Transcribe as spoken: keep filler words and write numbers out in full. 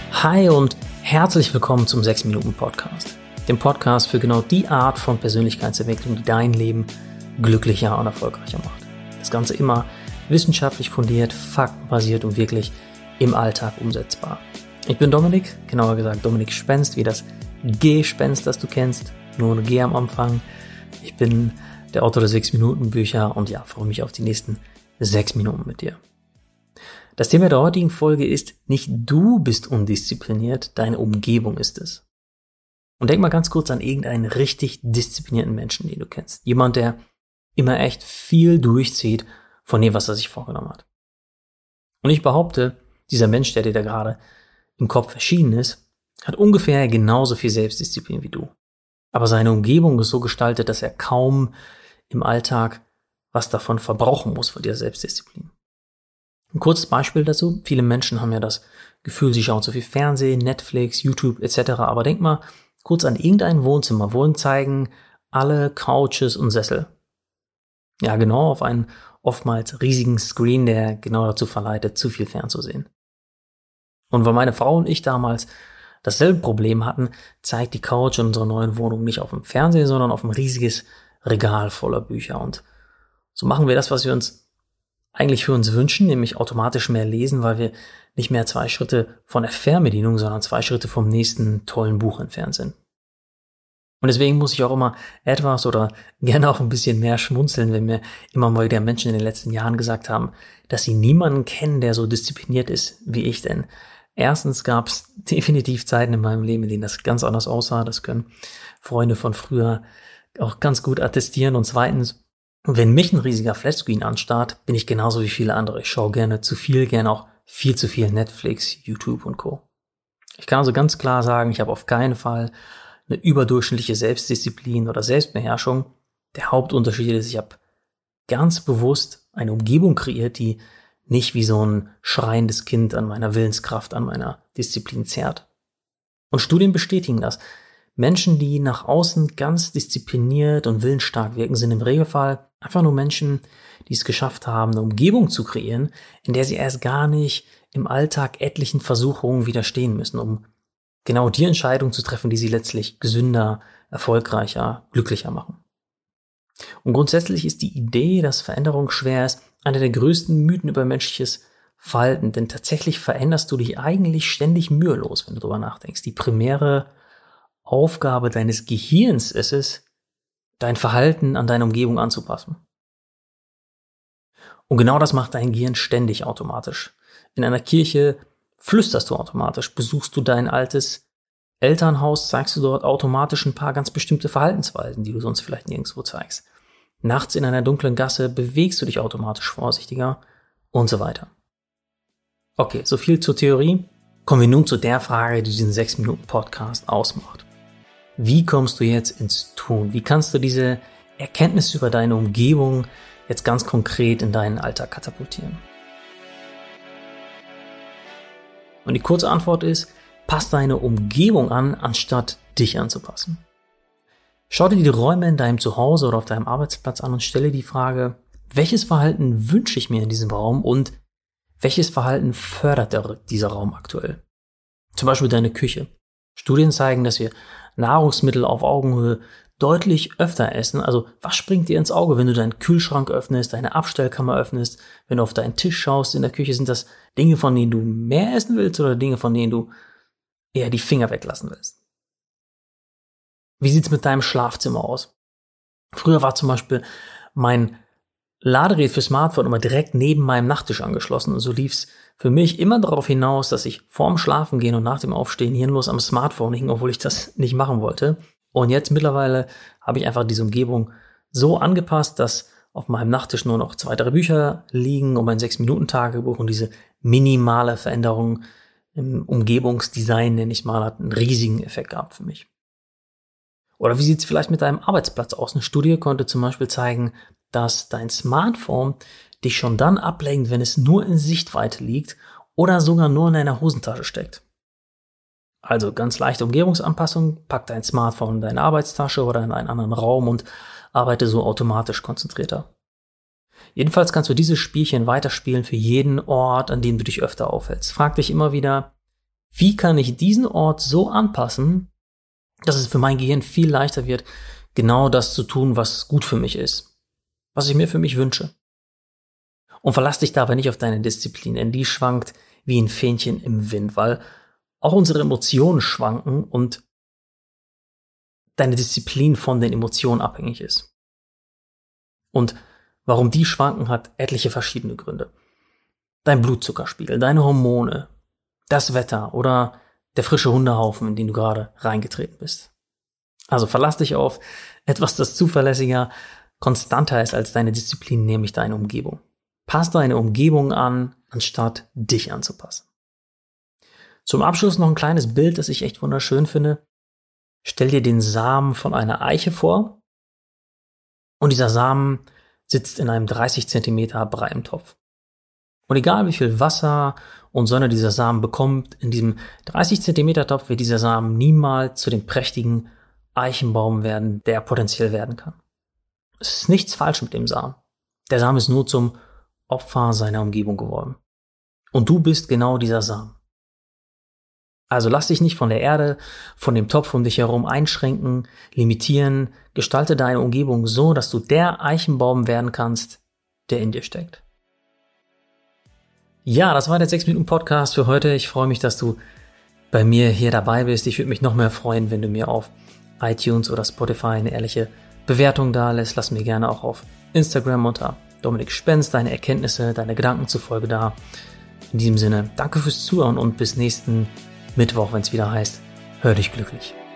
Hi und herzlich willkommen zum sechs Minuten Podcast. Dem Podcast für genau die Art von Persönlichkeitsentwicklung, die dein Leben glücklicher und erfolgreicher macht. Das Ganze immer wissenschaftlich fundiert, faktenbasiert und wirklich im Alltag umsetzbar. Ich bin Dominik, genauer gesagt Dominik Spenst, wie das Gespenst, das du kennst, nur eine G am Anfang. Ich bin der Autor der sechs Minuten Bücher und ja, freue mich auf die nächsten sechs Minuten mit dir. Das Thema der heutigen Folge ist, nicht du bist undiszipliniert, deine Umgebung ist es. Und denk mal ganz kurz an irgendeinen richtig disziplinierten Menschen, den du kennst. Jemand, der immer echt viel durchzieht von dem, was er sich vorgenommen hat. Und ich behaupte, dieser Mensch, der dir da gerade im Kopf erschienen ist, hat ungefähr genauso viel Selbstdisziplin wie du. Aber seine Umgebung ist so gestaltet, dass er kaum im Alltag was davon verbrauchen muss von dieser Selbstdisziplin. Ein kurzes Beispiel dazu. Viele Menschen haben ja das Gefühl, sie schauen zu viel Fernsehen, Netflix, YouTube et cetera. Aber denk mal kurz an irgendein Wohnzimmer, wohin zeigen alle Couches und Sessel. Ja, genau, auf einen oftmals riesigen Screen, der genau dazu verleitet, zu viel fernzusehen. Und weil meine Frau und ich damals dasselbe Problem hatten, zeigt die Couch in unserer neuen Wohnung nicht auf dem Fernseher, sondern auf ein riesiges Regal voller Bücher. Und so machen wir das, was wir uns eigentlich für uns wünschen, nämlich automatisch mehr lesen, weil wir nicht mehr zwei Schritte von der Fernbedienung, sondern zwei Schritte vom nächsten tollen Buch entfernt sind. Und deswegen muss ich auch immer etwas oder gerne auch ein bisschen mehr schmunzeln, wenn mir immer mal wieder Menschen in den letzten Jahren gesagt haben, dass sie niemanden kennen, der so diszipliniert ist wie ich. Denn erstens gab es definitiv Zeiten in meinem Leben, in denen das ganz anders aussah. Das können Freunde von früher auch ganz gut attestieren. Und zweitens, wenn mich ein riesiger Flatscreen anstarrt, bin ich genauso wie viele andere. Ich schaue gerne zu viel, gerne auch viel zu viel Netflix, YouTube und Co. Ich kann also ganz klar sagen, ich habe auf keinen Fall eine überdurchschnittliche Selbstdisziplin oder Selbstbeherrschung. Der Hauptunterschied ist, ich habe ganz bewusst eine Umgebung kreiert, die nicht wie so ein schreiendes Kind an meiner Willenskraft, an meiner Disziplin zerrt. Und Studien bestätigen das. Menschen, die nach außen ganz diszipliniert und willensstark wirken, sind im Regelfall einfach nur Menschen, die es geschafft haben, eine Umgebung zu kreieren, in der sie erst gar nicht im Alltag etlichen Versuchungen widerstehen müssen, um genau die Entscheidung zu treffen, die sie letztlich gesünder, erfolgreicher, glücklicher machen. Und grundsätzlich ist die Idee, dass Veränderung schwer ist, einer der größten Mythen über menschliches Verhalten, denn tatsächlich veränderst du dich eigentlich ständig mühelos, wenn du darüber nachdenkst. Die primäre Aufgabe deines Gehirns ist es, dein Verhalten an deine Umgebung anzupassen. Und genau das macht dein Gehirn ständig automatisch. In einer Kirche flüsterst du automatisch, besuchst du dein altes Elternhaus, zeigst du dort automatisch ein paar ganz bestimmte Verhaltensweisen, die du sonst vielleicht nirgendwo zeigst. Nachts in einer dunklen Gasse bewegst du dich automatisch vorsichtiger und so weiter. Okay, so viel zur Theorie. Kommen wir nun zu der Frage, die diesen sechs Minuten Podcast ausmacht. Wie kommst du jetzt ins Tun? Wie kannst du diese Erkenntnisse über deine Umgebung jetzt ganz konkret in deinen Alltag katapultieren? Und die kurze Antwort ist, pass deine Umgebung an, anstatt dich anzupassen. Schau dir die Räume in deinem Zuhause oder auf deinem Arbeitsplatz an und stelle die Frage, welches Verhalten wünsche ich mir in diesem Raum und welches Verhalten fördert der, dieser Raum aktuell? Zum Beispiel deine Küche. Studien zeigen, dass wir Nahrungsmittel auf Augenhöhe deutlich öfter essen. Also was springt dir ins Auge, wenn du deinen Kühlschrank öffnest, deine Abstellkammer öffnest, wenn du auf deinen Tisch schaust in der Küche? Sind das Dinge, von denen du mehr essen willst oder Dinge, von denen du eher die Finger weglassen willst? Wie sieht's mit deinem Schlafzimmer aus? Früher war zum Beispiel mein Ladegerät für Smartphone immer direkt neben meinem Nachttisch angeschlossen und so lief's für mich immer darauf hinaus, dass ich vorm Schlafengehen und nach dem Aufstehen hirnlos am Smartphone hing, obwohl ich das nicht machen wollte. Und jetzt mittlerweile habe ich einfach diese Umgebung so angepasst, dass auf meinem Nachttisch nur noch zwei, drei Bücher liegen und mein sechs Minuten Tagebuch und diese minimale Veränderung im Umgebungsdesign, nenne ich mal, hat einen riesigen Effekt gehabt für mich. Oder wie sieht's vielleicht mit deinem Arbeitsplatz aus? Eine Studie konnte zum Beispiel zeigen, dass dein Smartphone dich schon dann ablenkt, wenn es nur in Sichtweite liegt oder sogar nur in deiner Hosentasche steckt. Also ganz leichte Umgebungsanpassung, pack dein Smartphone in deine Arbeitstasche oder in einen anderen Raum und arbeite so automatisch konzentrierter. Jedenfalls kannst du dieses Spielchen weiterspielen für jeden Ort, an dem du dich öfter aufhältst. Frag dich immer wieder, Wie kann ich diesen Ort so anpassen, dass es für mein Gehirn viel leichter wird, genau das zu tun, was gut für mich ist, was ich mir für mich wünsche. Und verlass dich dabei nicht auf deine Disziplin, denn die schwankt wie ein Fähnchen im Wind, weil auch unsere Emotionen schwanken und deine Disziplin von den Emotionen abhängig ist. Und warum die schwanken, hat etliche verschiedene Gründe. Dein Blutzuckerspiegel, deine Hormone, das Wetter oder der frische Hundehaufen, in den du gerade reingetreten bist. Also verlass dich auf etwas, das zuverlässiger, konstanter ist als deine Disziplin, nämlich deine Umgebung. Pass deine Umgebung an, anstatt dich anzupassen. Zum Abschluss noch ein kleines Bild, das ich echt wunderschön finde. Stell dir den Samen von einer Eiche vor und dieser Samen sitzt in einem dreißig Zentimeter breiten Topf. Und egal wie viel Wasser und Sonne dieser Samen bekommt, in diesem dreißig Zentimeter Topf wird dieser Samen niemals zu dem prächtigen Eichenbaum werden, der er potenziell werden kann. Es ist nichts falsch mit dem Samen. Der Samen ist nur zum Opfer seiner Umgebung geworden. Und du bist genau dieser Samen. Also lass dich nicht von der Erde, von dem Topf um dich herum einschränken, limitieren, gestalte deine Umgebung so, dass du der Eichenbaum werden kannst, der in dir steckt. Ja, das war der sechs Minuten Podcast für heute. Ich freue mich, dass du bei mir hier dabei bist. Ich würde mich noch mehr freuen, wenn du mir auf iTunes oder Spotify eine ehrliche Bewertung da lässt. Lass mir gerne auch auf Instagram unter Dominik Spenz deine Erkenntnisse, deine Gedanken zufolge da. In diesem Sinne, danke fürs Zuhören und bis nächsten Mittwoch, wenn es wieder heißt, hör dich glücklich.